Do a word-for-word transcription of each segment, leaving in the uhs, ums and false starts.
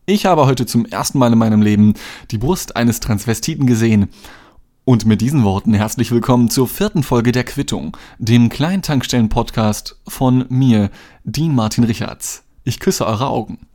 Ich habe heute zum ersten Mal in meinem Leben die Brust eines Transvestiten gesehen. Und mit diesen Worten herzlich willkommen zur vierten Folge der Quittung, dem kleinen Tankstellen-Podcast von mir, Dean Martin Richards. Ich küsse eure Augen.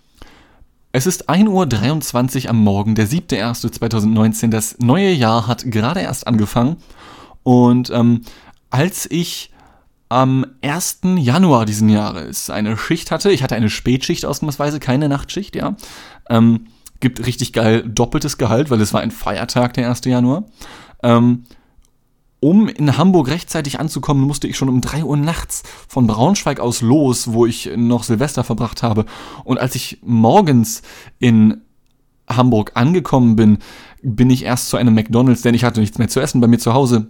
Es ist ein Uhr dreiundzwanzig am Morgen, der siebter erster zweitausendneunzehn. Das neue Jahr hat gerade erst angefangen. Und ähm, als ich am ersten Januar diesen Jahres eine Schicht hatte, ich hatte eine Spätschicht ausnahmsweise, keine Nachtschicht, ja, ähm, gibt richtig geil doppeltes Gehalt, weil es war ein Feiertag, der erster Januar. Ähm, um in Hamburg rechtzeitig anzukommen, musste ich schon um drei Uhr nachts von Braunschweig aus los, wo ich noch Silvester verbracht habe. Und als ich morgens in Hamburg angekommen bin, bin ich erst zu einem McDonald's, denn ich hatte nichts mehr zu essen bei mir zu Hause.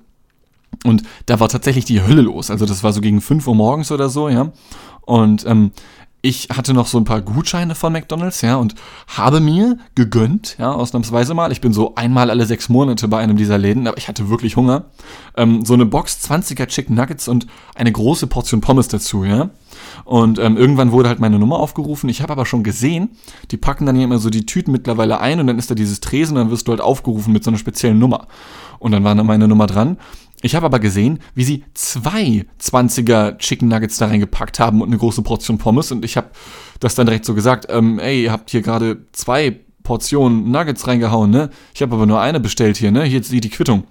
Und da war tatsächlich die Hölle los. Also das war so gegen fünf Uhr morgens oder so, ja. Und ähm, ich hatte noch so ein paar Gutscheine von McDonald's, ja, und habe mir gegönnt, ja, ausnahmsweise mal. Ich bin so einmal alle sechs Monate bei einem dieser Läden, aber ich hatte wirklich Hunger. Ähm, so eine Box zwanziger Chicken Nuggets und eine große Portion Pommes dazu, ja. Und ähm, irgendwann wurde halt meine Nummer aufgerufen. Ich habe aber schon gesehen, die packen dann hier immer so die Tüten mittlerweile ein und dann ist da dieses Tresen und dann wirst du halt aufgerufen mit so einer speziellen Nummer. Und dann war dann meine Nummer dran. Ich habe aber gesehen, wie sie zwei zwanziger Chicken Nuggets da reingepackt haben und eine große Portion Pommes. Und ich habe das dann direkt so gesagt, ähm, ey, ihr habt hier gerade zwei Portionen Nuggets reingehauen, ne? Ich habe aber nur eine bestellt hier, ne? Hier sieht die Quittung.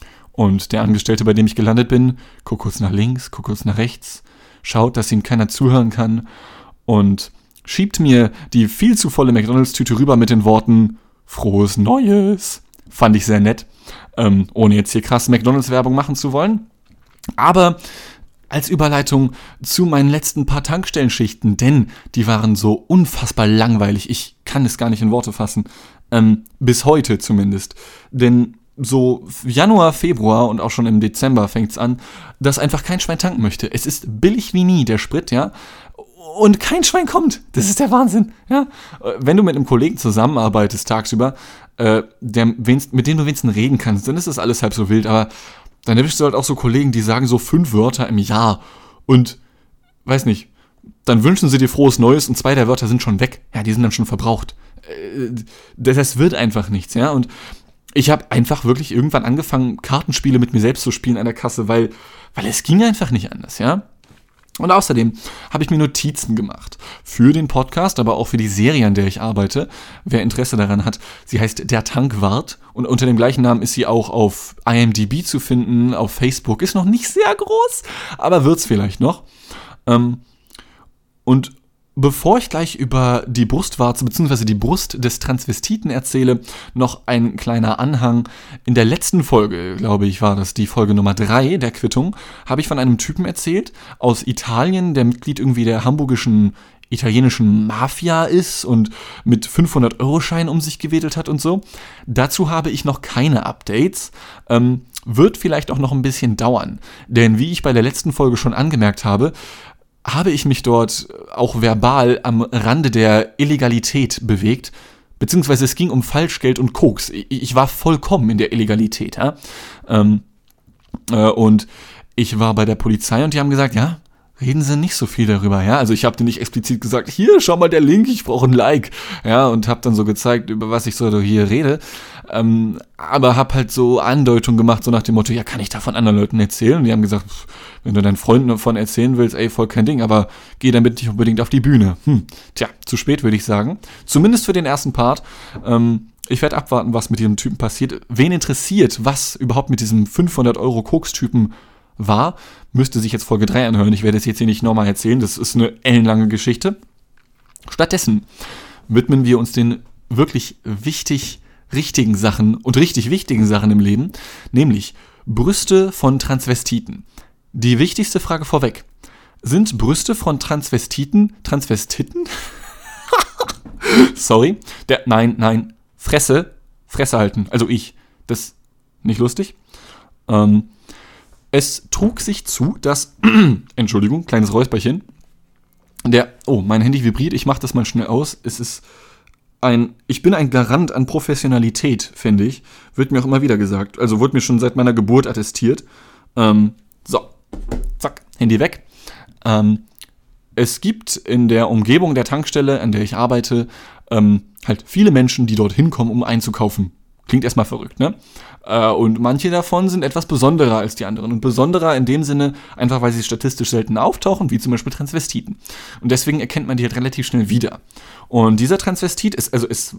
Und der Angestellte, bei dem ich gelandet bin, guckt kurz nach links, guckt kurz nach rechts, schaut, dass ihm keiner zuhören kann und schiebt mir die viel zu volle McDonald's-Tüte rüber mit den Worten Frohes Neues. Fand ich sehr nett. Ähm, ohne jetzt hier krass McDonald's-Werbung machen zu wollen. Aber als Überleitung zu meinen letzten paar Tankstellenschichten, denn die waren so unfassbar langweilig, ich kann es gar nicht in Worte fassen, ähm, bis heute zumindest. Denn so Januar, Februar und auch schon im Dezember fängt es an, dass einfach kein Schwein tanken möchte. Es ist billig wie nie, der Sprit, ja. Und kein Schwein kommt. Das ist der Wahnsinn. Ja? Wenn du mit einem Kollegen zusammenarbeitest tagsüber, äh, der, mit dem du wenigstens reden kannst, dann ist das alles halb so wild. Aber dann erwischst du halt auch so Kollegen, die sagen so fünf Wörter im Jahr. Und, weiß nicht, dann wünschen sie dir frohes Neues und zwei der Wörter sind schon weg. Ja, die sind dann schon verbraucht. Äh, das wird einfach nichts, ja. Und ich habe einfach wirklich irgendwann angefangen, Kartenspiele mit mir selbst zu spielen an der Kasse, weil, weil es ging einfach nicht anders, ja. Und außerdem habe ich mir Notizen gemacht für den Podcast, aber auch für die Serie, an der ich arbeite. Wer Interesse daran hat, sie heißt Der Tankwart und unter dem gleichen Namen ist sie auch auf I M D B zu finden, auf Facebook. Ist noch nicht sehr groß, aber wird's vielleicht noch. Und bevor ich gleich über die Brustwarze bzw. die Brust des Transvestiten erzähle, noch ein kleiner Anhang. In der letzten Folge, glaube ich, war das die Folge Nummer drei der Quittung, habe ich von einem Typen erzählt aus Italien, der Mitglied irgendwie der hamburgischen italienischen Mafia ist und mit fünfhundert-Euro-Schein um sich gewedelt hat und so. Dazu habe ich noch keine Updates. Ähm, wird vielleicht auch noch ein bisschen dauern. Denn wie ich bei der letzten Folge schon angemerkt habe, habe ich mich dort auch verbal am Rande der Illegalität bewegt, beziehungsweise es ging um Falschgeld und Koks. Ich war vollkommen in der Illegalität, ja. Ähm, äh, und ich war bei der Polizei und die haben gesagt, ja, reden Sie nicht so viel darüber, ja. Also ich habe dir nicht explizit gesagt, hier, schau mal der Link, ich brauche ein Like, ja, und habe dann so gezeigt, über was ich so hier rede. Ähm, aber habe halt so Andeutungen gemacht, so nach dem Motto, ja, kann ich da von anderen Leuten erzählen? Und die haben gesagt, pff, wenn du deinen Freunden davon erzählen willst, ey, voll kein Ding, aber geh damit nicht unbedingt auf die Bühne. Hm, tja, zu spät, würde ich sagen. Zumindest für den ersten Part. Ähm, ich werde abwarten, was mit diesem Typen passiert. Wen interessiert, was überhaupt mit diesem fünfhundert-Euro-Koks-Typen war, müsste sich jetzt Folge drei anhören. Ich werde es jetzt hier nicht nochmal erzählen, das ist eine ellenlange Geschichte. Stattdessen widmen wir uns den wirklich wichtig richtigen Sachen und richtig wichtigen Sachen im Leben, nämlich Brüste von Transvestiten. Die wichtigste Frage vorweg. Sind Brüste von Transvestiten Transvestiten? Sorry. Der, nein, nein. Fresse. Fresse halten. Also ich. Das nicht lustig. Ähm, es trug sich zu, dass Entschuldigung, kleines Räusperchen. Der, oh, mein Handy vibriert. Ich mach das mal schnell aus. Es ist ein, ich bin ein Garant an Professionalität, finde ich. Wird mir auch immer wieder gesagt. Also wurde mir schon seit meiner Geburt attestiert. Ähm, so, zack, Handy weg. Ähm, es gibt in der Umgebung der Tankstelle, an der ich arbeite, ähm, halt viele Menschen, die dorthin kommen, um einzukaufen. Klingt erstmal verrückt, ne? Äh, und manche davon sind etwas besonderer als die anderen. Und besonderer in dem Sinne, einfach weil sie statistisch selten auftauchen, wie zum Beispiel Transvestiten. Und deswegen erkennt man die halt relativ schnell wieder. Und dieser Transvestit ist, also ist,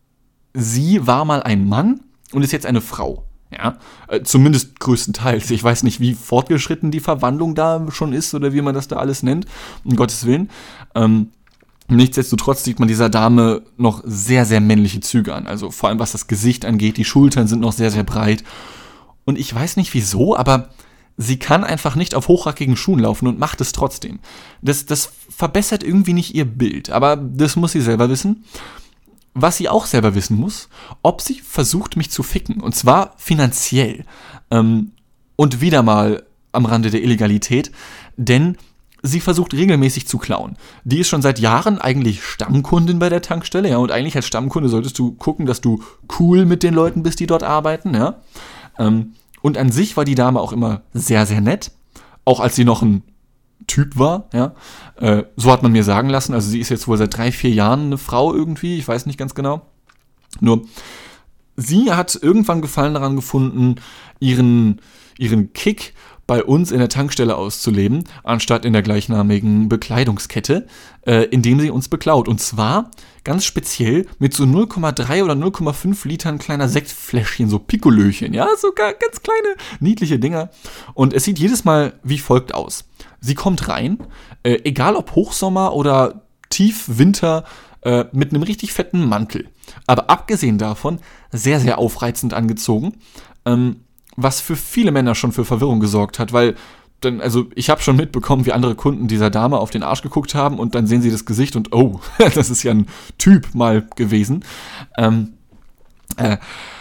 sie war mal ein Mann und ist jetzt eine Frau. Ja, äh, zumindest größtenteils. Ich weiß nicht, wie fortgeschritten die Verwandlung da schon ist oder wie man das da alles nennt, um Gottes Willen. Ähm, nichtsdestotrotz sieht man dieser Dame noch sehr, sehr männliche Züge an. Also vor allem was das Gesicht angeht, die Schultern sind noch sehr, sehr breit. Und ich weiß nicht wieso, aber sie kann einfach nicht auf hochrackigen Schuhen laufen und macht es trotzdem. Das, das verbessert irgendwie nicht ihr Bild, aber das muss sie selber wissen. Was sie auch selber wissen muss, ob sie versucht, mich zu ficken. Und zwar finanziell. Ähm, und wieder mal am Rande der Illegalität. Denn sie versucht regelmäßig zu klauen. Die ist schon seit Jahren eigentlich Stammkundin bei der Tankstelle. Ja, und eigentlich als Stammkunde solltest du gucken, dass du cool mit den Leuten bist, die dort arbeiten. Ja. Ähm, und an sich war die Dame auch immer sehr, sehr nett. Auch als sie noch ein Typ war, ja, äh, so hat man mir sagen lassen, also sie ist jetzt wohl seit drei, vier Jahren eine Frau irgendwie, ich weiß nicht ganz genau, nur sie hat irgendwann Gefallen daran gefunden, ihren, ihren Kick bei uns in der Tankstelle auszuleben, anstatt in der gleichnamigen Bekleidungskette, äh, indem sie uns beklaut, und zwar ganz speziell mit so null Komma drei oder null Komma fünf Litern kleiner Sektfläschchen, so Pikolöchen, ja, so ganz kleine, niedliche Dinger, und es sieht jedes Mal wie folgt aus. Sie kommt rein, äh, egal ob Hochsommer oder Tiefwinter, äh, mit einem richtig fetten Mantel. Aber abgesehen davon sehr, sehr aufreizend angezogen, ähm, was für viele Männer schon für Verwirrung gesorgt hat, weil, dann, also ich habe schon mitbekommen, wie andere Kunden dieser Dame auf den Arsch geguckt haben und dann sehen sie das Gesicht und oh, das ist ja ein Typ mal gewesen. Ähm, äh,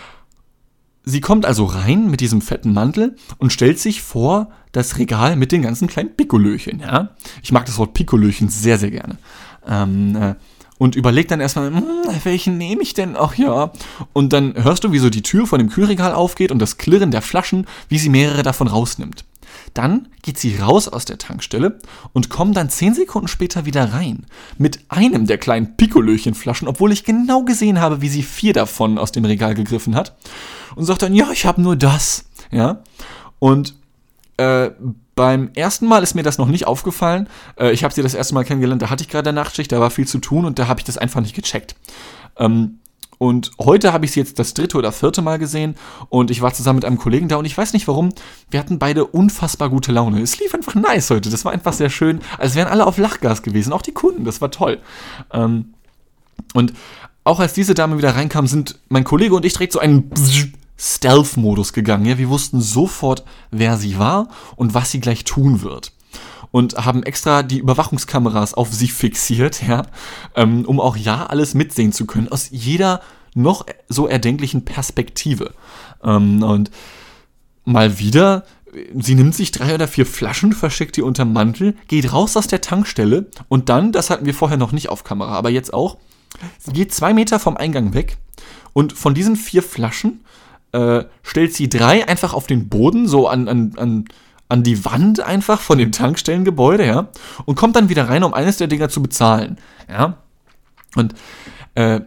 Sie kommt also rein mit diesem fetten Mantel und stellt sich vor das Regal mit den ganzen kleinen Pikolöchen, ja. Ich mag das Wort Pikolöchen sehr, sehr gerne. Ähm, äh, und überlegt dann erstmal, hm, welchen nehme ich denn? Ach ja. Und dann hörst du, wie so die Tür von dem Kühlregal aufgeht und das Klirren der Flaschen, wie sie mehrere davon rausnimmt. Dann geht sie raus aus der Tankstelle und kommt dann zehn Sekunden später wieder rein. Mit einem der kleinen Pikolöchenflaschen, obwohl ich genau gesehen habe, wie sie vier davon aus dem Regal gegriffen hat. Und sagt dann, ja, ich habe nur das. Ja. Und äh, beim ersten Mal ist mir das noch nicht aufgefallen. Äh, ich habe sie das erste Mal kennengelernt, da hatte ich gerade eine Nachtschicht, da war viel zu tun und da habe ich das einfach nicht gecheckt. Ähm, Und heute habe ich sie jetzt das dritte oder vierte Mal gesehen und ich war zusammen mit einem Kollegen da und ich weiß nicht warum, wir hatten beide unfassbar gute Laune. Es lief einfach nice heute, das war einfach sehr schön, als wären alle auf Lachgas gewesen, auch die Kunden, das war toll. Ähm, und auch als diese Dame wieder reinkam, sind mein Kollege und ich direkt so einen Stealth-Modus gegangen. Ja, wir wussten sofort, wer sie war und was sie gleich tun wird. Und haben extra die Überwachungskameras auf sie fixiert, ja, ähm, um auch ja alles mitsehen zu können, aus jeder noch so erdenklichen Perspektive. Ähm, und mal wieder, sie nimmt sich drei oder vier Flaschen, versteckt die unterm Mantel, geht raus aus der Tankstelle und dann, das hatten wir vorher noch nicht auf Kamera, aber jetzt auch, sie geht zwei Meter vom Eingang weg und von diesen vier Flaschen äh, stellt sie drei einfach auf den Boden, so an, an, an an die Wand einfach von dem Tankstellengebäude, ja, und kommt dann wieder rein, um eines der Dinger zu bezahlen, ja. Und äh,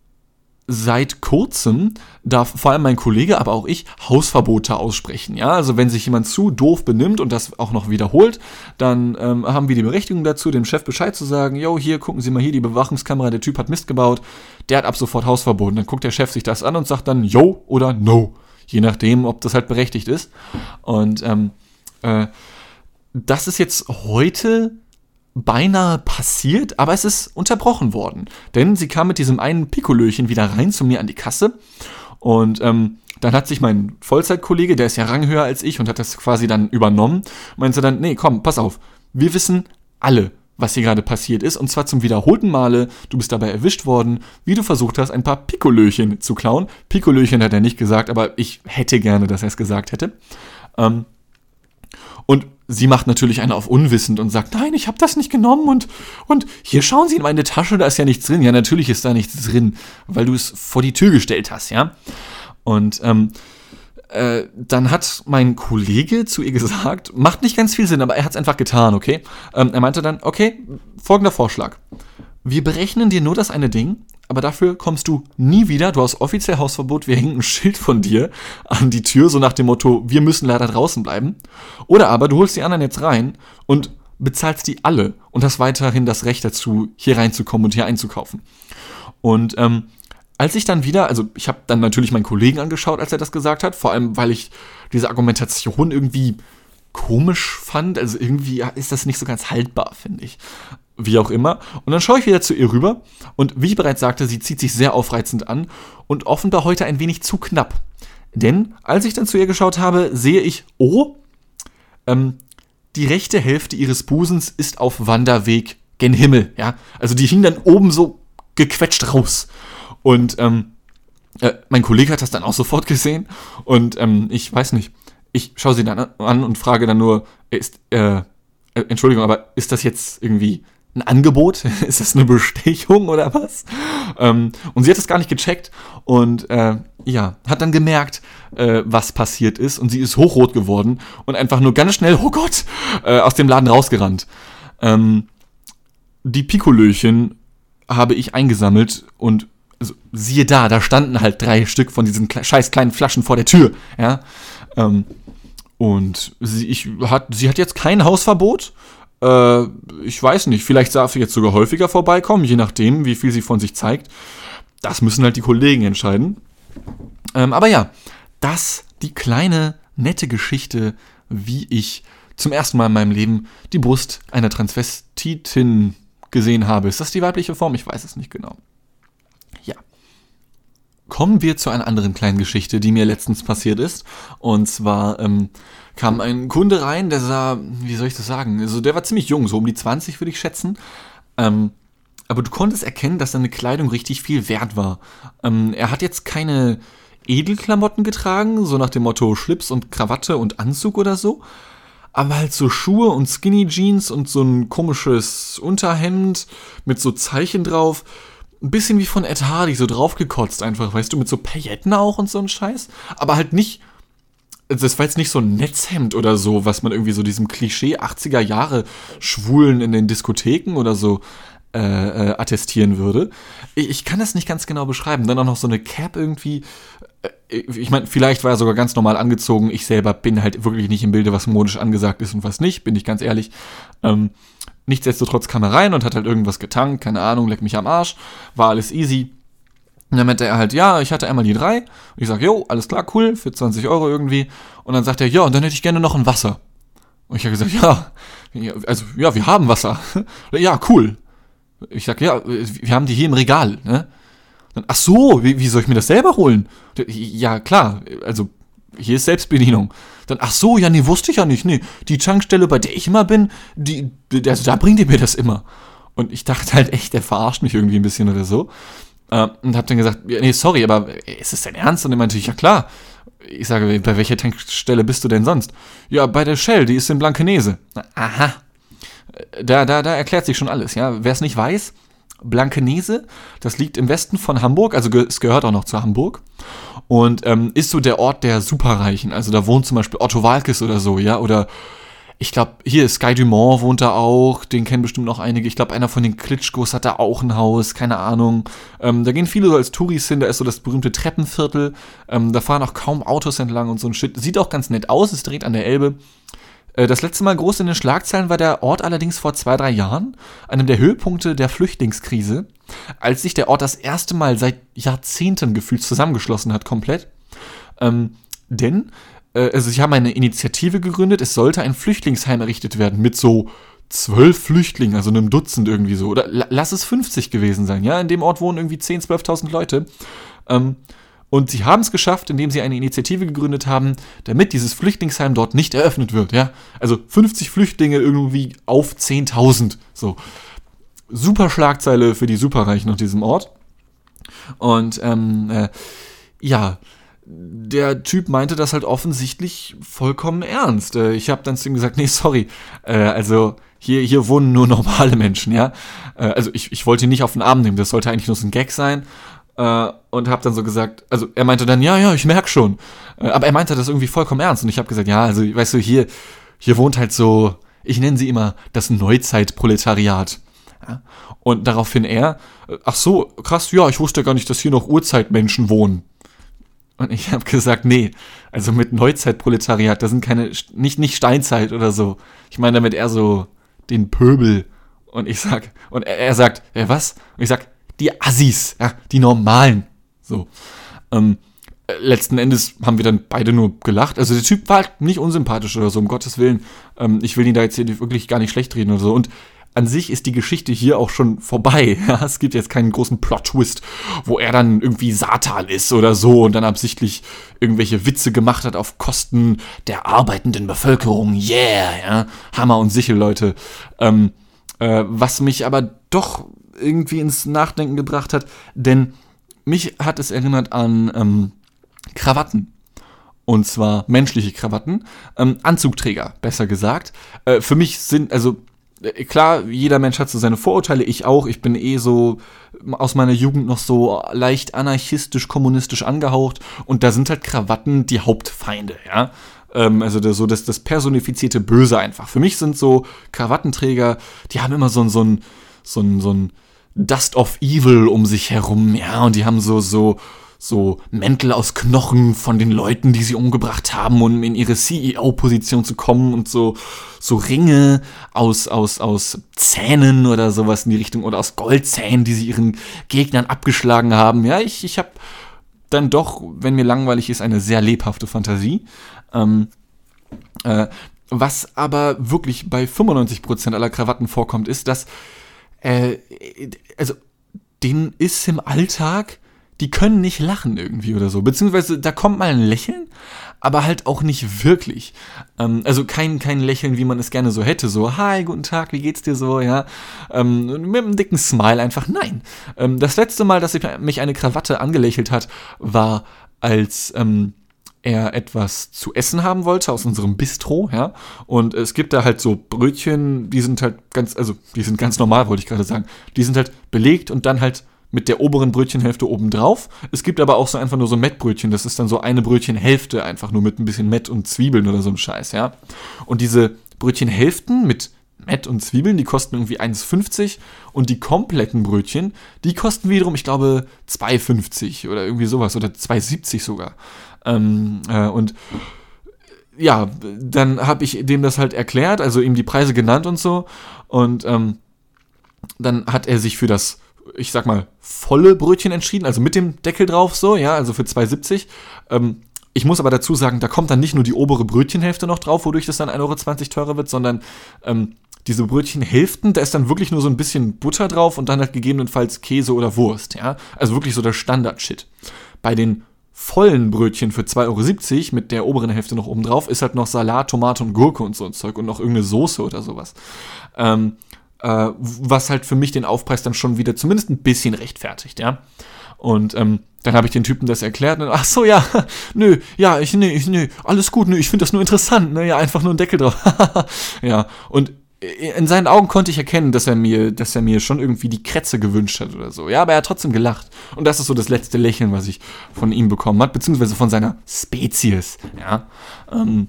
seit kurzem darf vor allem mein Kollege, aber auch ich, Hausverbote aussprechen, ja. Also wenn sich jemand zu doof benimmt und das auch noch wiederholt, dann ähm, haben wir die Berechtigung dazu, dem Chef Bescheid zu sagen, yo, hier, gucken Sie mal hier, die Bewachungskamera, der Typ hat Mist gebaut, der hat ab sofort Hausverbot. Und dann guckt der Chef sich das an und sagt dann, yo oder no, je nachdem, ob das halt berechtigt ist. Und ähm, das ist jetzt heute beinahe passiert, aber es ist unterbrochen worden. Denn sie kam mit diesem einen Pikolöchen wieder rein zu mir an die Kasse und ähm, dann hat sich mein Vollzeitkollege, der ist ja ranghöher als ich und hat das quasi dann übernommen, meinte dann, nee, komm, pass auf, wir wissen alle, was hier gerade passiert ist und zwar zum wiederholten Male, du bist dabei erwischt worden, wie du versucht hast, ein paar Pikolöchen zu klauen. Pikolöchen hat er nicht gesagt, aber ich hätte gerne, dass er es gesagt hätte. Ähm, Und sie macht natürlich eine auf unwissend und sagt, nein, ich habe das nicht genommen und, und hier schauen Sie in meine Tasche, da ist ja nichts drin. Ja, natürlich ist da nichts drin, weil du es vor die Tür gestellt hast, ja. Und ähm, äh, dann hat mein Kollege zu ihr gesagt, macht nicht ganz viel Sinn, aber er hat es einfach getan, okay. Ähm, er meinte dann, okay, folgender Vorschlag. Wir berechnen dir nur das eine Ding, aber dafür kommst du nie wieder, du hast offiziell Hausverbot, wir hängen ein Schild von dir an die Tür, so nach dem Motto, wir müssen leider draußen bleiben. Oder aber du holst die anderen jetzt rein und bezahlst die alle und hast weiterhin das Recht dazu, hier reinzukommen und hier einzukaufen. Und ähm, als ich dann wieder, also ich habe dann natürlich meinen Kollegen angeschaut, als er das gesagt hat, vor allem, weil ich diese Argumentation irgendwie komisch fand, also irgendwie ist das nicht so ganz haltbar, finde ich. Wie auch immer. Und dann schaue ich wieder zu ihr rüber und wie ich bereits sagte, sie zieht sich sehr aufreizend an und offenbar heute ein wenig zu knapp. Denn als ich dann zu ihr geschaut habe, sehe ich, oh, ähm, die rechte Hälfte ihres Busens ist auf Wanderweg gen Himmel, ja. Also die hing dann oben so gequetscht raus. Und ähm, äh, mein Kollege hat das dann auch sofort gesehen und ähm, ich weiß nicht, ich schaue sie dann an und frage dann nur, ist, äh, äh, Entschuldigung, aber ist das jetzt irgendwie ein Angebot? Ist das eine Bestechung oder was? Ähm, und sie hat das gar nicht gecheckt und äh, ja, hat dann gemerkt, äh, was passiert ist und sie ist hochrot geworden und einfach nur ganz schnell, oh Gott, äh, aus dem Laden rausgerannt. Ähm, die Pikolöchen habe ich eingesammelt und also, siehe da, da standen halt drei Stück von diesen kle- scheiß kleinen Flaschen vor der Tür, ja. Ähm, und sie, ich, hat, sie hat jetzt kein Hausverbot. Äh, ich weiß nicht, vielleicht darf sie jetzt sogar häufiger vorbeikommen, je nachdem, wie viel sie von sich zeigt. Das müssen halt die Kollegen entscheiden. Ähm, aber ja, das die kleine, nette Geschichte, wie ich zum ersten Mal in meinem Leben die Brust einer Transvestitin gesehen habe. Ist das die weibliche Form? Ich weiß es nicht genau. Ja. Kommen wir zu einer anderen kleinen Geschichte, die mir letztens passiert ist. Und zwar ähm, kam ein Kunde rein, der sah, wie soll ich das sagen, also der war ziemlich jung, so um die zwanzig würde ich schätzen. Ähm, aber du konntest erkennen, dass seine Kleidung richtig viel wert war. Ähm, er hat jetzt keine Edelklamotten getragen, so nach dem Motto Schlips und Krawatte und Anzug oder so. Aber halt so Schuhe und Skinny Jeans und so ein komisches Unterhemd mit so Zeichen drauf. Ein bisschen wie von Ed Hardy, so draufgekotzt einfach, weißt du, mit so Pailletten auch und so ein Scheiß. Aber halt nicht, also das war jetzt nicht so ein Netzhemd oder so, was man irgendwie so diesem Klischee achtziger Jahre Schwulen in den Diskotheken oder so äh, äh, attestieren würde. Ich, ich kann das nicht ganz genau beschreiben. Dann auch noch so eine Cap irgendwie. Ich meine, vielleicht war er sogar ganz normal angezogen. Ich selber bin halt wirklich nicht im Bilde, was modisch angesagt ist und was nicht, bin ich ganz ehrlich. Ähm, nichtsdestotrotz kam er rein und hat halt irgendwas getankt, keine Ahnung, leck mich am Arsch, war alles easy. Und dann meinte er halt, ja, ich hatte einmal die drei. Und ich sag, jo, alles klar, cool, für zwanzig Euro irgendwie. Und dann sagt er, ja, und dann hätte ich gerne noch ein Wasser. Und ich habe gesagt, ja, also, ja, wir haben Wasser. Ja, cool. Ich sag, ja, wir haben die hier im Regal, ne? Dann, ach so, wie, wie soll ich mir das selber holen? Ja, klar, also hier ist Selbstbedienung. Dann, ach so, ja, nee, wusste ich ja nicht. Nee, die Tankstelle, bei der ich immer bin, die, also da bringt ihr mir das immer. Und ich dachte halt echt, der verarscht mich irgendwie ein bisschen oder so. Äh, und hab dann gesagt, ja, nee, sorry, aber ist das dein Ernst? Und er meinte, ja klar. Ich sage, bei welcher Tankstelle bist du denn sonst? Ja, bei der Shell, die ist in Blankenese. Aha. Da, da, da erklärt sich schon alles, ja. Wer es nicht weiß, Blankenese, das liegt im Westen von Hamburg, also ge- es gehört auch noch zu Hamburg und ähm, ist so der Ort der Superreichen, also da wohnt zum Beispiel Otto Waalkes oder so, ja, oder ich glaube, hier Sky Dumont wohnt da auch, den kennen bestimmt noch einige, ich glaube, einer von den Klitschkos hat da auch ein Haus, keine Ahnung, ähm, da gehen viele so als Touris hin, da ist so das berühmte Treppenviertel, ähm, da fahren auch kaum Autos entlang und so ein Shit, sieht auch ganz nett aus, ist direkt an der Elbe. Das letzte Mal groß in den Schlagzeilen war der Ort allerdings vor zwei, drei Jahren, einem der Höhepunkte der Flüchtlingskrise, als sich der Ort das erste Mal seit Jahrzehnten gefühlt zusammengeschlossen hat, komplett. Ähm, denn, äh, also sie haben eine Initiative gegründet, es sollte ein Flüchtlingsheim errichtet werden mit so zwölf Flüchtlingen, also einem Dutzend irgendwie so, oder lass es fünfzig gewesen sein, ja, in dem Ort wohnen irgendwie zehntausend, zwölftausend Leute. Ähm, Und sie haben es geschafft, indem sie eine Initiative gegründet haben, damit dieses Flüchtlingsheim dort nicht eröffnet wird, ja. Also fünfzig Flüchtlinge irgendwie auf zehntausend, so. Super Schlagzeile für die Superreichen auf diesem Ort. Und, ähm, äh, ja, der Typ meinte das halt offensichtlich vollkommen ernst. Äh, ich habe dann zu ihm gesagt, nee, sorry, äh, also hier, hier wohnen nur normale Menschen, ja. Äh, also ich, ich wollte ihn nicht auf den Arm nehmen, das sollte eigentlich nur so ein Gag sein. Uh, und hab dann so gesagt, also er meinte dann, ja, ja, ich merk schon. Uh, aber er meinte das irgendwie vollkommen ernst. Und ich habe gesagt, ja, also weißt du, hier, hier wohnt halt so, ich nenne sie immer das Neuzeitproletariat. Ja? Und daraufhin er, ach so, krass, ja, ich wusste gar nicht, dass hier noch Urzeitmenschen wohnen. Und ich habe gesagt, nee, also mit Neuzeitproletariat, da sind keine, nicht, nicht Steinzeit oder so. Ich meine damit eher so den Pöbel. Und ich sag, und er, er sagt, ja, was? Und ich sag, die Assis, ja, die Normalen. So. Ähm, letzten Endes haben wir dann beide nur gelacht. Also der Typ war halt nicht unsympathisch oder so, um Gottes Willen. Ähm, ich will ihn da jetzt hier wirklich gar nicht schlecht reden oder so. Und an sich ist die Geschichte hier auch schon vorbei. Ja, es gibt jetzt keinen großen Plot-Twist, wo er dann irgendwie Satan ist oder so und dann absichtlich irgendwelche Witze gemacht hat auf Kosten der arbeitenden Bevölkerung. Yeah, ja, Hammer und Sichel, Leute. Ähm, äh, was mich aber doch irgendwie ins Nachdenken gebracht hat, denn mich hat es erinnert an ähm, Krawatten. Und zwar menschliche Krawatten. Ähm, Anzugträger, besser gesagt. Äh, für mich sind, also klar, jeder Mensch hat so seine Vorurteile, ich auch. Ich bin eh so aus meiner Jugend noch so leicht anarchistisch, kommunistisch angehaucht. Und da sind halt Krawatten die Hauptfeinde, ja. Ähm, also das, so das, das personifizierte Böse einfach. Für mich sind so Krawattenträger, die haben immer so ein, so ein, so ein, so ein Dust of Evil um sich herum, ja. Und die haben so, so, so Mäntel aus Knochen von den Leuten, die sie umgebracht haben, um in ihre C E O-Position zu kommen und so, so Ringe aus, aus, aus Zähnen oder sowas in die Richtung oder aus Goldzähnen, die sie ihren Gegnern abgeschlagen haben. Ja, ich, ich habe dann doch, wenn mir langweilig ist, eine sehr lebhafte Fantasie. Ähm, äh, was aber wirklich bei fünfundneunzig Prozent aller Krawatten vorkommt, ist, dass, äh, also, denen ist im Alltag, die können nicht lachen irgendwie oder so. Beziehungsweise da kommt mal ein Lächeln, aber halt auch nicht wirklich. Ähm, also kein, kein Lächeln, wie man es gerne so hätte. So, hi, guten Tag, wie geht's dir so? Ja, ähm, mit einem dicken Smile einfach. Nein. Ähm, das letzte Mal, dass ich, mich eine Krawatte angelächelt hat, war, als ähm, er etwas zu essen haben wollte aus unserem Bistro, ja. Und es gibt da halt so Brötchen, die sind halt ganz, also die sind ganz normal, wollte ich gerade sagen. Die sind halt belegt und dann halt mit der oberen Brötchenhälfte oben drauf. Es gibt aber auch so einfach nur so Mettbrötchen. Das ist dann so eine Brötchenhälfte, einfach nur mit ein bisschen Mett und Zwiebeln oder so ein Scheiß, ja. Und diese Brötchenhälften mit Mett und Zwiebeln, die kosten irgendwie eins fünfzig und die kompletten Brötchen, die kosten wiederum, ich glaube, zwei fünfzig oder irgendwie sowas oder zwei siebzig sogar. Ähm, äh, und ja, dann habe ich dem das halt erklärt, also ihm die Preise genannt und so. Und ähm, dann hat er sich für das, ich sag mal, volle Brötchen entschieden, also mit dem Deckel drauf so, ja, also für zwei siebzig. Ähm, ich muss aber dazu sagen, da kommt dann nicht nur die obere Brötchenhälfte noch drauf, wodurch das dann ein Euro zwanzig teurer wird, sondern ähm, diese Brötchenhälften, da ist dann wirklich nur so ein bisschen Butter drauf und dann halt gegebenenfalls Käse oder Wurst, ja. Also wirklich so der Standard-Shit. Bei den vollen Brötchen für zwei Euro siebzig mit der oberen Hälfte noch oben drauf ist halt noch Salat, Tomate und Gurke und so ein Zeug und noch irgendeine Soße oder sowas. Ähm, äh, was halt für mich den Aufpreis dann schon wieder zumindest ein bisschen rechtfertigt, ja. Und ähm, dann habe ich den Typen das erklärt und ach so, ja, nö, ja, ich, nee, ich, nö, alles gut, nö, ich finde das nur interessant, ne, ja, einfach nur ein Deckel drauf. Ja, und in seinen Augen konnte ich erkennen, dass er mir, dass er mir schon irgendwie die Krätze gewünscht hat oder so. Ja, aber er hat trotzdem gelacht. Und das ist so das letzte Lächeln, was ich von ihm bekommen hat, beziehungsweise von seiner Spezies. Ja. Ähm,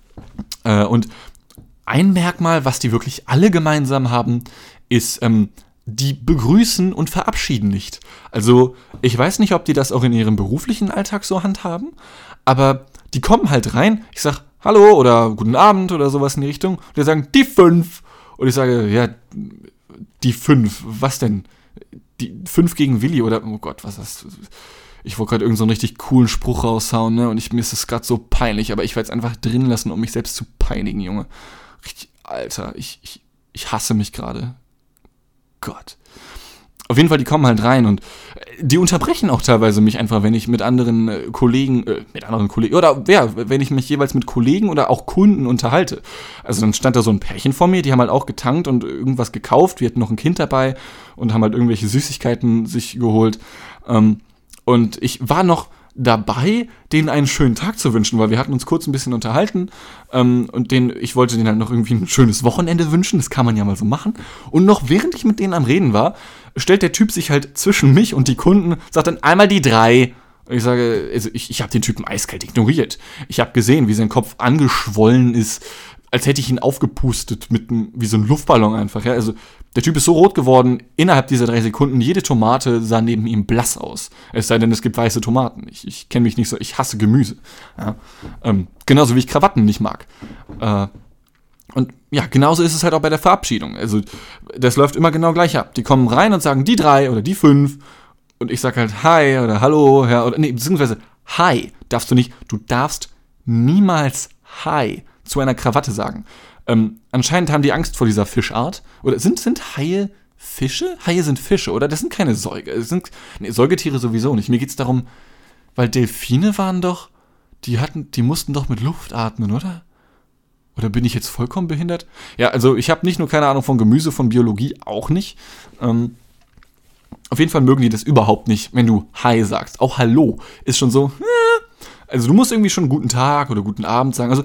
äh, und ein Merkmal, was die wirklich alle gemeinsam haben, ist, ähm, die begrüßen und verabschieden nicht. Also, ich weiß nicht, ob die das auch in ihrem beruflichen Alltag so handhaben, aber die kommen halt rein, ich sag Hallo oder guten Abend oder sowas in die Richtung. Und die sagen, die fünf. Und ich sage, ja, die fünf. Was denn? Die fünf gegen Willi oder, oh Gott, was ist das? Ich wollte gerade irgendeinen so einen richtig coolen Spruch raushauen, ne? Und ich, mir ist das gerade so peinlich, aber ich werde es einfach drin lassen, um mich selbst zu peinigen, Junge. Richtig, Alter, ich, ich, ich hasse mich gerade. Gott. Auf jeden Fall, die kommen halt rein und die unterbrechen auch teilweise mich einfach, wenn ich mit anderen äh, Kollegen, äh, mit anderen Kollegen, oder ja, wenn ich mich jeweils mit Kollegen oder auch Kunden unterhalte. Also dann stand da so ein Pärchen vor mir, die haben halt auch getankt und irgendwas gekauft, wir hatten noch ein Kind dabei und haben halt irgendwelche Süßigkeiten sich geholt. Ähm, und ich war noch dabei, denen einen schönen Tag zu wünschen, weil wir hatten uns kurz ein bisschen unterhalten ähm, und denen, ich wollte denen halt noch irgendwie ein schönes Wochenende wünschen, das kann man ja mal so machen. Und noch während ich mit denen am Reden war, stellt der Typ sich halt zwischen mich und die Kunden, sagt dann einmal die drei. Und ich sage, also ich, ich habe den Typen eiskalt ignoriert. Ich habe gesehen, wie sein Kopf angeschwollen ist, als hätte ich ihn aufgepustet mit einem, wie so ein Luftballon einfach, ja. Also der Typ ist so rot geworden, innerhalb dieser drei Sekunden, jede Tomate sah neben ihm blass aus. Es sei denn, es gibt weiße Tomaten. Ich, ich kenne mich nicht so, ich hasse Gemüse. Ja. Ähm, genauso wie ich Krawatten nicht mag. Äh, und ja, genauso ist es halt auch bei der Verabschiedung. Also das läuft immer genau gleich ab. Die kommen rein und sagen, die drei oder die fünf. Und ich sag halt Hi oder Hallo, ja, oder nee, beziehungsweise Hi darfst du nicht. Du darfst niemals Hi zu einer Krawatte sagen. Ähm, anscheinend haben die Angst vor dieser Fischart. Oder sind, sind Haie Fische? Haie sind Fische, oder? Das sind keine Säuge. Das sind, nee, Säugetiere sowieso nicht. Mir geht's darum, weil Delfine waren doch, die hatten, die mussten doch mit Luft atmen, oder? Oder bin ich jetzt vollkommen behindert? Ja, also ich habe nicht nur keine Ahnung von Gemüse, von Biologie auch nicht. Ähm, auf jeden Fall mögen die das überhaupt nicht, wenn du Hi sagst. Auch Hallo ist schon so, äh, also du musst irgendwie schon guten Tag oder guten Abend sagen. Also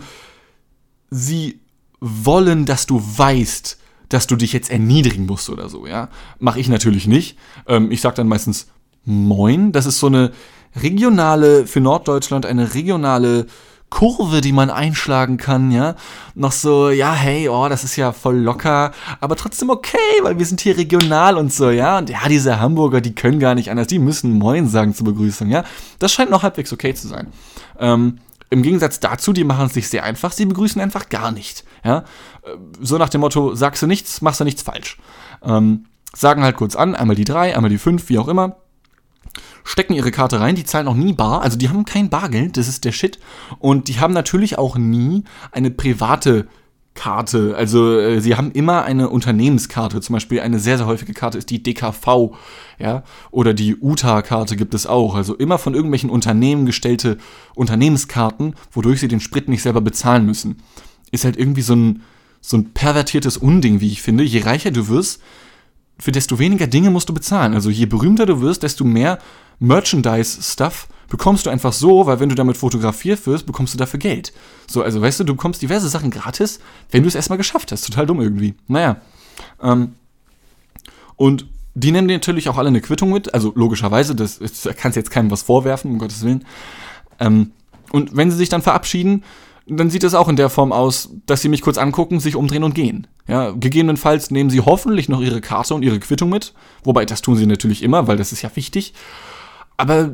sie wollen, dass du weißt, dass du dich jetzt erniedrigen musst oder so, ja. Mache ich natürlich nicht. Ähm, ich sag dann meistens Moin. Das ist so eine regionale, für Norddeutschland eine regionale Kurve, die man einschlagen kann, ja. Noch so, ja, hey, oh, das ist ja voll locker, aber trotzdem okay, weil wir sind hier regional und so, ja. Und ja, diese Hamburger, die können gar nicht anders, die müssen Moin sagen zur Begrüßung, ja. Das scheint noch halbwegs okay zu sein. Ähm, Im Gegensatz dazu, die machen es sich sehr einfach, sie begrüßen einfach gar nicht, ja. So nach dem Motto, sagst du nichts, machst du nichts falsch. Ähm, sagen halt kurz an, einmal die drei, einmal die fünf, wie auch immer. Stecken ihre Karte rein, die zahlen auch nie bar, also die haben kein Bargeld, das ist der Shit. Und die haben natürlich auch nie eine private Karte, also äh, sie haben immer eine Unternehmenskarte, zum Beispiel eine sehr, sehr häufige Karte ist die D K V, ja, oder die U T A-Karte gibt es auch, also immer von irgendwelchen Unternehmen gestellte Unternehmenskarten, wodurch sie den Sprit nicht selber bezahlen müssen. Ist halt irgendwie so ein, so ein pervertiertes Unding, wie ich finde. Je reicher du wirst, für desto weniger Dinge musst du bezahlen. Also je berühmter du wirst, desto mehr Merchandise-Stuff bekommst du einfach so, weil wenn du damit fotografiert wirst, bekommst du dafür Geld. So, also weißt du, du bekommst diverse Sachen gratis, wenn du es erstmal geschafft hast. Total dumm irgendwie. Naja. Ähm, und die nehmen dir natürlich auch alle eine Quittung mit, also logischerweise, das, das kannst jetzt keinem was vorwerfen, um Gottes Willen. Ähm, und wenn sie sich dann verabschieden, dann sieht es auch in der Form aus, dass sie mich kurz angucken, sich umdrehen und gehen. Ja, gegebenenfalls nehmen sie hoffentlich noch ihre Karte und ihre Quittung mit, wobei das tun sie natürlich immer, weil das ist ja wichtig. Aber,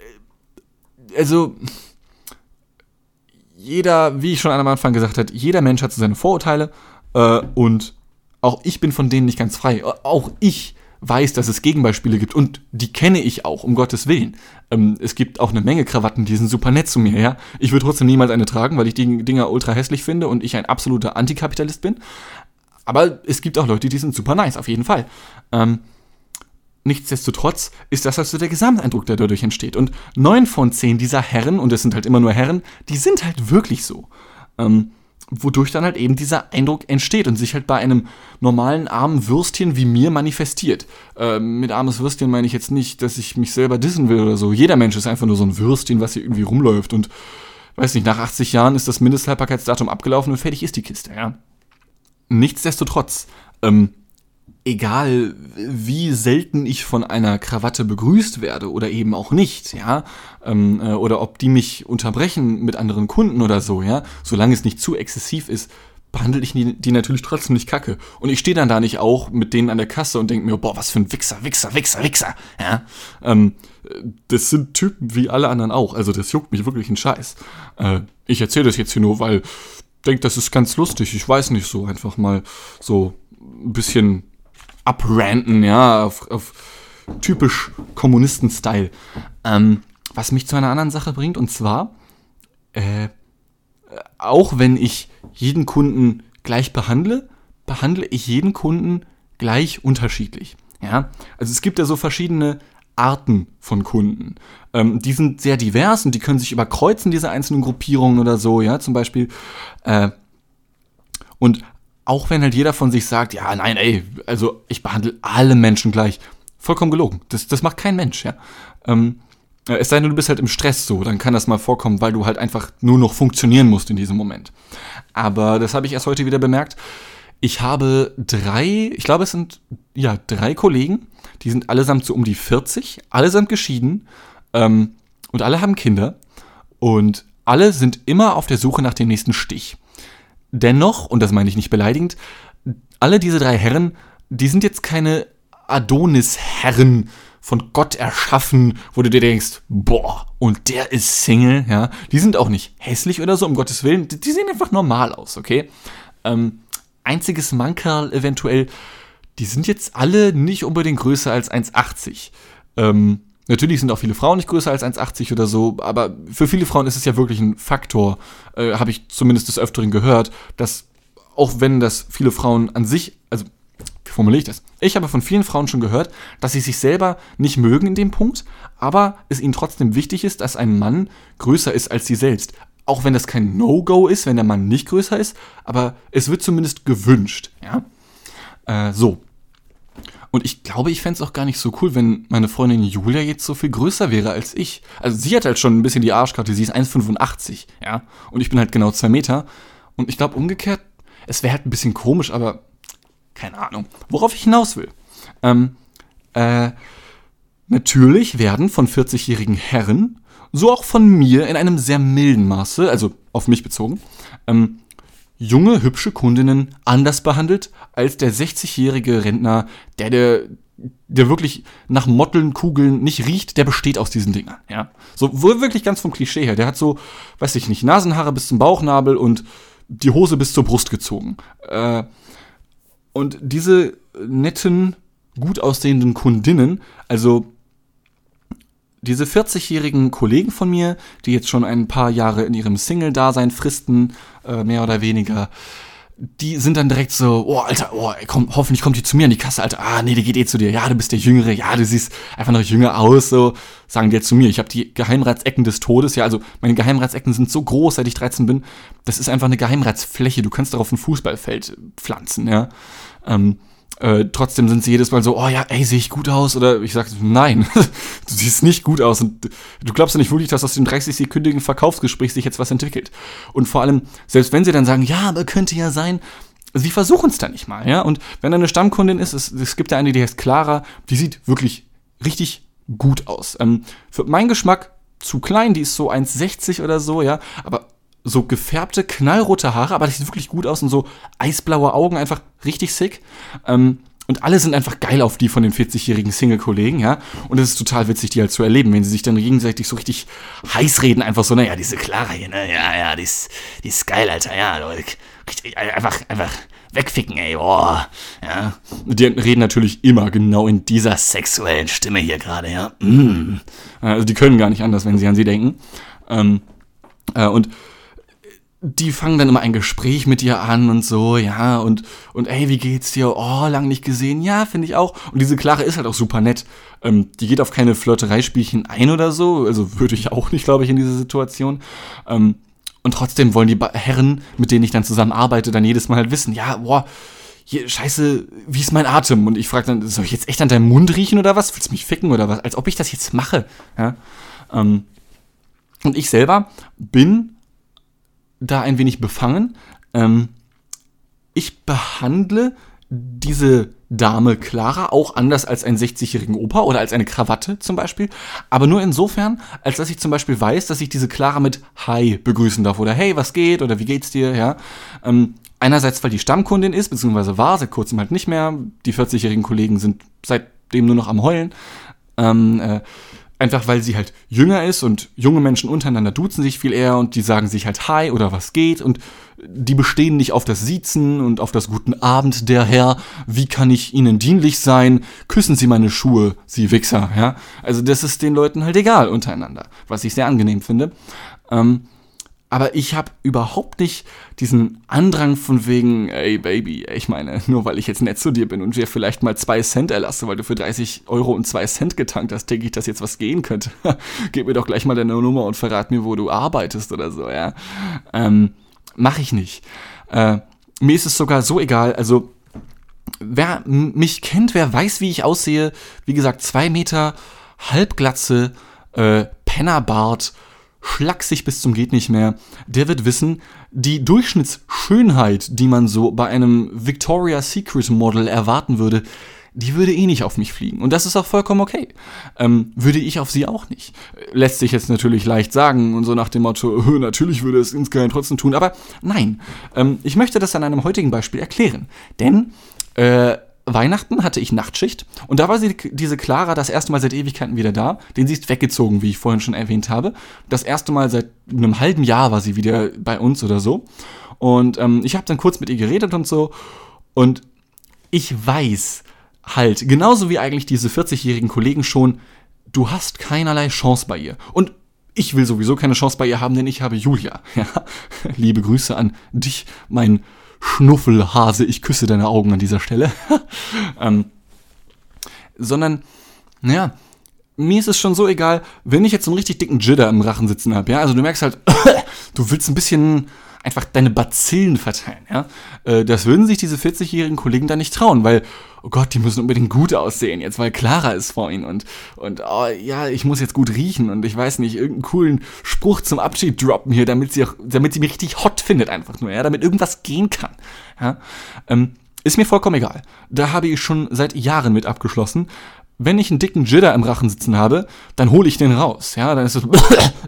also, jeder, wie ich schon am Anfang gesagt habe, jeder Mensch hat so seine Vorurteile äh, und auch ich bin von denen nicht ganz frei. Auch ich weiß, dass es Gegenbeispiele gibt und die kenne ich auch, um Gottes Willen. Ähm, es gibt auch eine Menge Krawatten, die sind super nett zu mir, ja. Ich würde trotzdem niemals eine tragen, weil ich die Dinger ultra hässlich finde und ich ein absoluter Antikapitalist bin. Aber es gibt auch Leute, die sind super nice, auf jeden Fall. Ähm, nichtsdestotrotz ist das also der Gesamteindruck, der dadurch entsteht. Und neun von zehn dieser Herren, und es sind halt immer nur Herren, die sind halt wirklich so. Ähm, wodurch dann halt eben dieser Eindruck entsteht und sich halt bei einem normalen armen Würstchen wie mir manifestiert. Ähm, mit armes Würstchen meine ich jetzt nicht, dass ich mich selber dissen will oder so. Jeder Mensch ist einfach nur so ein Würstchen, was hier irgendwie rumläuft und weiß nicht, nach achtzig Jahren ist das Mindesthaltbarkeitsdatum abgelaufen und fertig ist die Kiste, ja. Nichtsdestotrotz, ähm, egal wie selten ich von einer Krawatte begrüßt werde oder eben auch nicht, ja, ähm, äh, oder ob die mich unterbrechen mit anderen Kunden oder so, ja, solange es nicht zu exzessiv ist, behandle ich die, die natürlich trotzdem nicht kacke. Und ich stehe dann da nicht auch mit denen an der Kasse und denke mir, boah, was für ein Wichser, Wichser, Wichser, Wichser, ja, ähm, das sind Typen wie alle anderen auch, also das juckt mich wirklich einen Scheiß. Äh, ich erzähle das jetzt hier nur, weil ich denke, das ist ganz lustig, ich weiß nicht, so einfach mal so ein bisschen abranten, ja, auf, auf typisch Kommunisten-Style. Ähm, was mich zu einer anderen Sache bringt, und zwar, äh, auch wenn ich jeden Kunden gleich behandle, behandle ich jeden Kunden gleich unterschiedlich. Ja? Also es gibt ja so verschiedene Arten von Kunden. Ähm, die sind sehr divers und die können sich überkreuzen, diese einzelnen Gruppierungen oder so, ja, zum Beispiel. Äh, und auch wenn halt jeder von sich sagt, ja, nein, ey, also ich behandle alle Menschen gleich. Vollkommen gelogen. Das, das macht kein Mensch, ja. Ähm, es sei denn, du bist halt im Stress so, dann kann das mal vorkommen, weil du halt einfach nur noch funktionieren musst in diesem Moment. Aber das habe ich erst heute wieder bemerkt. Ich habe drei, ich glaube es sind, ja, drei Kollegen, die sind allesamt so um die vierzig, allesamt geschieden ähm, und alle haben Kinder und alle sind immer auf der Suche nach dem nächsten Stich. dennoch, und das meine ich nicht beleidigend, alle diese drei Herren, die sind jetzt keine Adonis-Herren, von Gott erschaffen, wo du dir denkst, boah, und der ist Single, ja. Die sind auch nicht hässlich oder so, um Gottes Willen. Die, die sehen einfach normal aus, okay? Ähm, einziges Mankerl eventuell, die sind jetzt alle nicht unbedingt größer als eins achtzig. Ähm, natürlich sind auch viele Frauen nicht größer als eins achtzig oder so, aber für viele Frauen ist es ja wirklich ein Faktor, äh, habe ich zumindest des Öfteren gehört, dass auch wenn das viele Frauen an sich, also wie formuliere ich das? Ich habe von vielen Frauen schon gehört, dass sie sich selber nicht mögen in dem Punkt, aber es ihnen trotzdem wichtig ist, dass ein Mann größer ist als sie selbst. Auch wenn das kein No-Go ist, wenn der Mann nicht größer ist, aber es wird zumindest gewünscht, ja. Äh, so. Und ich glaube, ich fände es auch gar nicht so cool, wenn meine Freundin Julia jetzt so viel größer wäre als ich. Also sie hat halt schon ein bisschen die Arschkarte, sie ist eins Komma fünfundachtzig, ja. Und ich bin halt genau zwei Meter. Und ich glaube umgekehrt, es wäre halt ein bisschen komisch, aber keine Ahnung, worauf ich hinaus will. Ähm, äh, natürlich werden von vierzigjährigen Herren, so auch von mir in einem sehr milden Maße, also auf mich bezogen, ähm, junge, hübsche Kundinnen anders behandelt als der sechzigjährige Rentner, der, der, der wirklich nach Motteln, Kugeln nicht riecht, der besteht aus diesen Dingern, ja. So, wohl wirklich ganz vom Klischee her. Der hat so, weiß ich nicht, Nasenhaare bis zum Bauchnabel und die Hose bis zur Brust gezogen. Äh, Und diese netten, gut aussehenden Kundinnen, also diese vierzigjährigen Kollegen von mir, die jetzt schon ein paar Jahre in ihrem Single-Dasein fristen, äh, mehr oder weniger, die sind dann direkt so, oh, Alter, oh, komm, hoffentlich kommt die zu mir an die Kasse, Alter, ah, nee, die geht eh zu dir, ja, du bist der Jüngere, ja, du siehst einfach noch jünger aus, so, sagen die jetzt zu mir. Ich habe die Geheimratsecken des Todes, ja, also meine Geheimratsecken sind so groß, seit ich dreizehn bin, das ist einfach eine Geheimratsfläche, du kannst darauf ein Fußballfeld pflanzen, ja, ähm, Äh, trotzdem sind sie jedes Mal so, oh ja, ey, sehe ich gut aus? Oder ich sage, nein, du siehst nicht gut aus. Und du glaubst ja nicht wirklich, dass aus dem dreißig-sekündigen Verkaufsgespräch sich jetzt was entwickelt. Und vor allem, selbst wenn sie dann sagen, ja, aber könnte ja sein, sie versuchen es dann nicht mal, ja. Und wenn da eine Stammkundin ist, es, es gibt ja eine, die heißt Clara, die sieht wirklich richtig gut aus. Ähm, für meinen Geschmack zu klein, die ist so eins sechzig oder so, ja, aber so gefärbte, knallrote Haare, aber das sieht wirklich gut aus und so eisblaue Augen, einfach richtig sick. Ähm, und alle sind einfach geil auf die von den vierzigjährigen Single-Kollegen, ja. Und es ist total witzig, die halt zu erleben, wenn sie sich dann gegenseitig so richtig heiß reden, einfach so, naja, diese Clara hier, ne, ja, ja, die ist, die ist geil, Alter, ja, richtig, einfach, einfach wegficken, ey, boah, ja. Die reden natürlich immer genau in dieser sexuellen Stimme hier gerade, ja. Mm. Also die können gar nicht anders, wenn sie an sie denken. Ähm, äh, und die fangen dann immer ein Gespräch mit dir an und so, ja, und, und ey, wie geht's dir? Oh, lang nicht gesehen, ja, finde ich auch. Und diese Clara ist halt auch super nett. Ähm, die geht auf keine Flirtereispielchen ein oder so, also würde ich auch nicht, glaube ich, in dieser Situation. Ähm, und trotzdem wollen die Herren, mit denen ich dann zusammen arbeite, dann jedes Mal halt wissen, ja, boah, hier, scheiße, wie ist mein Atem? Und ich frage dann, soll ich jetzt echt an deinem Mund riechen oder was? Willst du mich ficken oder was? Als ob ich das jetzt mache, ja. Ähm, und ich selber bin da ein wenig befangen. Ähm, ich behandle diese Dame Clara auch anders als einen sechzigjährigen Opa oder als eine Krawatte zum Beispiel, aber nur insofern, als dass ich zum Beispiel weiß, dass ich diese Clara mit Hi begrüßen darf oder Hey, was geht oder wie geht's dir, ja. Ähm, einerseits, weil die Stammkundin ist, beziehungsweise war seit kurzem halt nicht mehr, die vierzigjährigen Kollegen sind seitdem nur noch am Heulen, ähm, äh, einfach weil sie halt jünger ist und junge Menschen untereinander duzen sich viel eher und die sagen sich halt Hi oder was geht und die bestehen nicht auf das Siezen und auf das Guten Abend, der Herr, wie kann ich Ihnen dienlich sein, küssen Sie meine Schuhe, Sie Wichser, ja. Also das ist den Leuten halt egal untereinander, was ich sehr angenehm finde. Ähm, aber ich habe überhaupt nicht diesen Andrang von wegen, ey Baby, ich meine, nur weil ich jetzt nett zu dir bin und dir vielleicht mal zwei Cent erlasse, weil du für dreißig Euro und zwei Cent getankt hast, denke ich, dass jetzt was gehen könnte. Gib mir doch gleich mal deine Nummer und verrat mir, wo du arbeitest oder so, ja. Ähm, mach ich nicht. Äh, mir ist es sogar so egal, also wer m- mich kennt, wer weiß, wie ich aussehe, wie gesagt, zwei Meter, Halbglatze, äh, Pennerbart, schlaksig bis zum geht nicht mehr, der wird wissen, die Durchschnittsschönheit, die man so bei einem Victoria's Secret Model erwarten würde, die würde eh nicht auf mich fliegen. Und das ist auch vollkommen okay. Ähm, würde ich auf sie auch nicht. Lässt sich jetzt natürlich leicht sagen und so nach dem Motto, natürlich würde es insgeheim trotzdem tun. Aber nein, ähm, ich möchte das an einem heutigen Beispiel erklären. Denn äh, Weihnachten hatte ich Nachtschicht und da war sie, diese Clara das erste Mal seit Ewigkeiten wieder da. Den sie ist weggezogen, wie ich vorhin schon erwähnt habe. Das erste Mal seit einem halben Jahr war sie wieder bei uns oder so. Und ähm, ich habe dann kurz mit ihr geredet und so. Und ich weiß halt, genauso wie eigentlich diese vierzigjährigen Kollegen schon, du hast keinerlei Chance bei ihr. Und ich will sowieso keine Chance bei ihr haben, denn ich habe Julia. Ja? Liebe Grüße an dich, mein Schnuffelhase, ich küsse deine Augen an dieser Stelle. ähm, sondern, naja, mir ist es schon so egal, wenn ich jetzt so einen richtig dicken Jidder im Rachen sitzen habe, ja, also du merkst halt, du willst ein bisschen einfach deine Bazillen verteilen, ja, äh, das würden sich diese vierzigjährigen Kollegen da nicht trauen, weil, oh Gott, die müssen unbedingt gut aussehen jetzt, weil Clara ist vor ihnen und, und, oh, ja, ich muss jetzt gut riechen und ich weiß nicht, irgendeinen coolen Spruch zum Abschied droppen hier, damit sie auch, damit sie mich richtig hot findet einfach nur, ja, damit irgendwas gehen kann, ja, ähm, ist mir vollkommen egal. Da habe ich schon seit Jahren mit abgeschlossen. Wenn ich einen dicken Jidder im Rachen sitzen habe, dann hole ich den raus, ja, dann ist es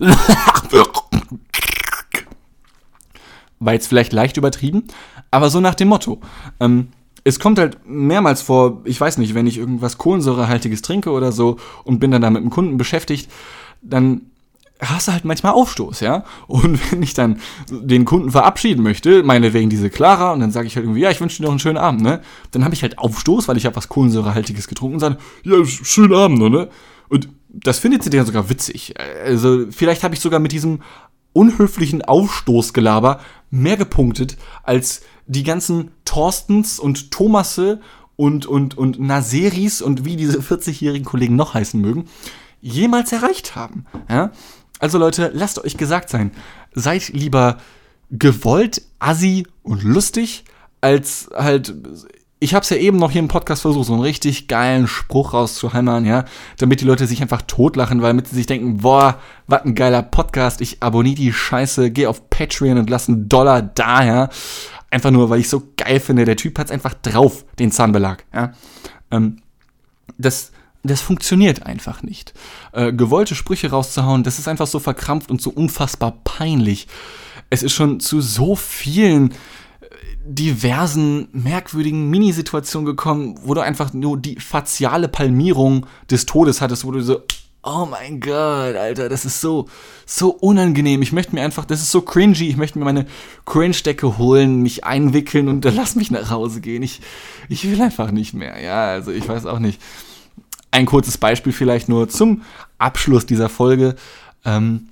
war jetzt vielleicht leicht übertrieben, aber so nach dem Motto. Ähm, es kommt halt mehrmals vor, ich weiß nicht, wenn ich irgendwas Kohlensäurehaltiges trinke oder so und bin dann da mit dem Kunden beschäftigt, dann hast du halt manchmal Aufstoß, ja. Und wenn ich dann den Kunden verabschieden möchte, meinetwegen diese Clara, und dann sage ich halt irgendwie, ja, ich wünsche dir noch einen schönen Abend, ne? Dann habe ich halt Aufstoß, weil ich habe was Kohlensäurehaltiges getrunken und sage, ja, schönen Abend, ne? Und das findet sie dann sogar witzig. Also vielleicht habe ich sogar mit diesem unhöflichen Aufstoßgelaber mehr gepunktet als die ganzen Thorstens und Thomasse und, und, und Naseris und wie diese vierzigjährigen Kollegen noch heißen mögen, jemals erreicht haben. Ja? Also Leute, lasst euch gesagt sein, seid lieber gewollt, assi und lustig, als halt, ich hab's ja eben noch hier im Podcast versucht, so einen richtig geilen Spruch rauszuhämmern, ja, damit die Leute sich einfach totlachen, weil damit sie sich denken, boah, was ein geiler Podcast, ich abonniere die Scheiße, geh auf Patreon und lass einen Dollar da, ja, einfach nur, weil ich so geil finde, der Typ hat's einfach drauf, den Zahnbelag, ja, ähm, das, das funktioniert einfach nicht. Äh, gewollte Sprüche rauszuhauen, das ist einfach so verkrampft und so unfassbar peinlich. Es ist schon zu so vielen diversen, merkwürdigen Minisituationen gekommen, wo du einfach nur die faziale Palmierung des Todes hattest, wo du so, oh mein Gott, Alter, das ist so, so unangenehm. Ich möchte mir einfach, das ist so cringy, ich möchte mir meine Cringe-Decke holen, mich einwickeln und dann lass mich nach Hause gehen. Ich, ich will einfach nicht mehr, ja, also ich weiß auch nicht. Ein kurzes Beispiel vielleicht nur zum Abschluss dieser Folge. Ähm,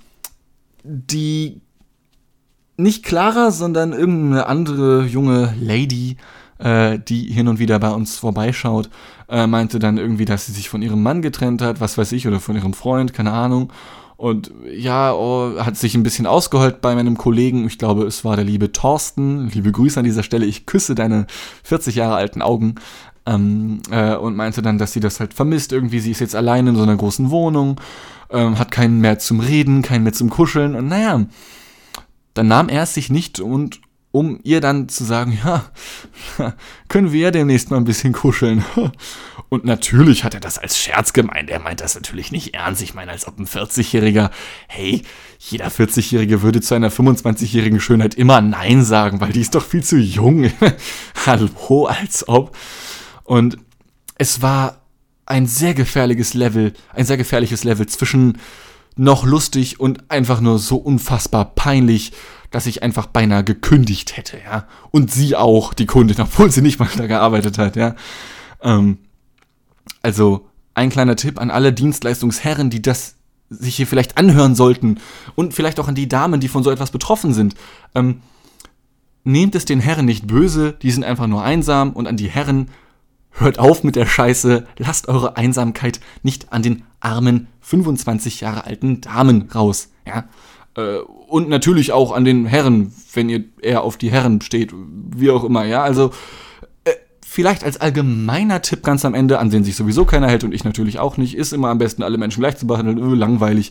die nicht Clara, sondern irgendeine andere junge Lady, äh, die hin und wieder bei uns vorbeischaut, äh, meinte dann irgendwie, dass sie sich von ihrem Mann getrennt hat, was weiß ich, oder von ihrem Freund, keine Ahnung. Und ja, oh, hat sich ein bisschen ausgeheult bei meinem Kollegen. Ich glaube, es war der liebe Thorsten. Liebe Grüße an dieser Stelle. Ich küsse deine vierzig Jahre alten Augen. Ähm, äh, und meinte dann, dass sie das halt vermisst. Irgendwie, sie ist jetzt allein in so einer großen Wohnung, ähm, hat keinen mehr zum Reden, keinen mehr zum Kuscheln. Und naja, dann nahm er es sich nicht, und um ihr dann zu sagen, ja, können wir ja demnächst mal ein bisschen kuscheln. Und natürlich hat er das als Scherz gemeint. Er meint das natürlich nicht ernst. Ich meine, als ob ein vierzigjähriger, hey, jeder vierzigjährige würde zu einer fünfundzwanzigjährigen Schönheit immer Nein sagen, weil die ist doch viel zu jung. Hallo, als ob. Und es war ein sehr gefährliches Level, ein sehr gefährliches Level zwischen noch lustig und einfach nur so unfassbar peinlich, dass ich einfach beinahe gekündigt hätte, ja. Und sie auch, die Kundin, obwohl sie nicht mal da gearbeitet hat, ja. Ähm, also, ein kleiner Tipp an alle Dienstleistungsherren, die das sich hier vielleicht anhören sollten, und vielleicht auch an die Damen, die von so etwas betroffen sind. Ähm, nehmt es den Herren nicht böse, die sind einfach nur einsam, und an die Herren, hört auf mit der Scheiße, lasst eure Einsamkeit nicht an den armen fünfundzwanzig Jahre alten Damen raus, ja. Äh, und natürlich auch an den Herren, wenn ihr eher auf die Herren steht, wie auch immer, ja. Also äh, vielleicht als allgemeiner Tipp ganz am Ende, an den sich sowieso keiner hält und ich natürlich auch nicht, ist immer am besten, alle Menschen gleich zu behandeln, öh, langweilig.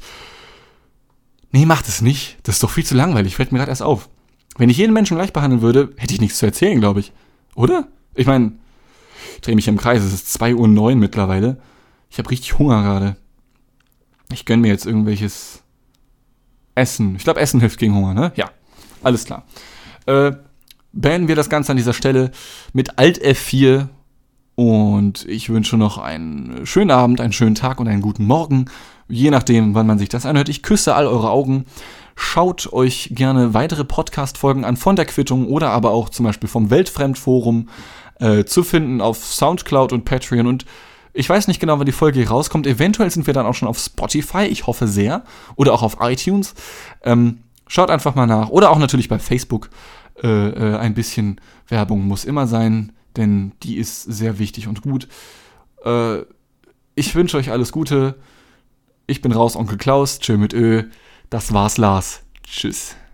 Nee, macht es nicht. Das ist doch viel zu langweilig, fällt mir gerade erst auf. Wenn ich jeden Menschen gleich behandeln würde, hätte ich nichts zu erzählen, glaube ich. Oder? Ich meine, Ich drehe mich im Kreis, es ist zwei Uhr neun mittlerweile. Ich habe richtig Hunger gerade. Ich gönne mir jetzt irgendwelches Essen. Ich glaube, Essen hilft gegen Hunger, ne? Ja, alles klar. Äh, beenden wir das Ganze an dieser Stelle mit Alt F vier. Und ich wünsche noch einen schönen Abend, einen schönen Tag und einen guten Morgen. Je nachdem, wann man sich das anhört. Ich küsse all eure Augen. Schaut euch gerne weitere Podcast-Folgen an von der Quittung oder aber auch zum Beispiel vom Weltfremdforum äh, zu finden auf Soundcloud und Patreon. Und ich weiß nicht genau, wann die Folge hier rauskommt. Eventuell sind wir dann auch schon auf Spotify. Ich hoffe sehr. Oder auch auf iTunes. Ähm, schaut einfach mal nach. Oder auch natürlich bei Facebook. Äh, äh, ein bisschen Werbung muss immer sein, denn die ist sehr wichtig und gut. Äh, ich wünsche euch alles Gute. Ich bin raus, Onkel Klaus. Tschö mit Ö. Das war's, Lars. Tschüss.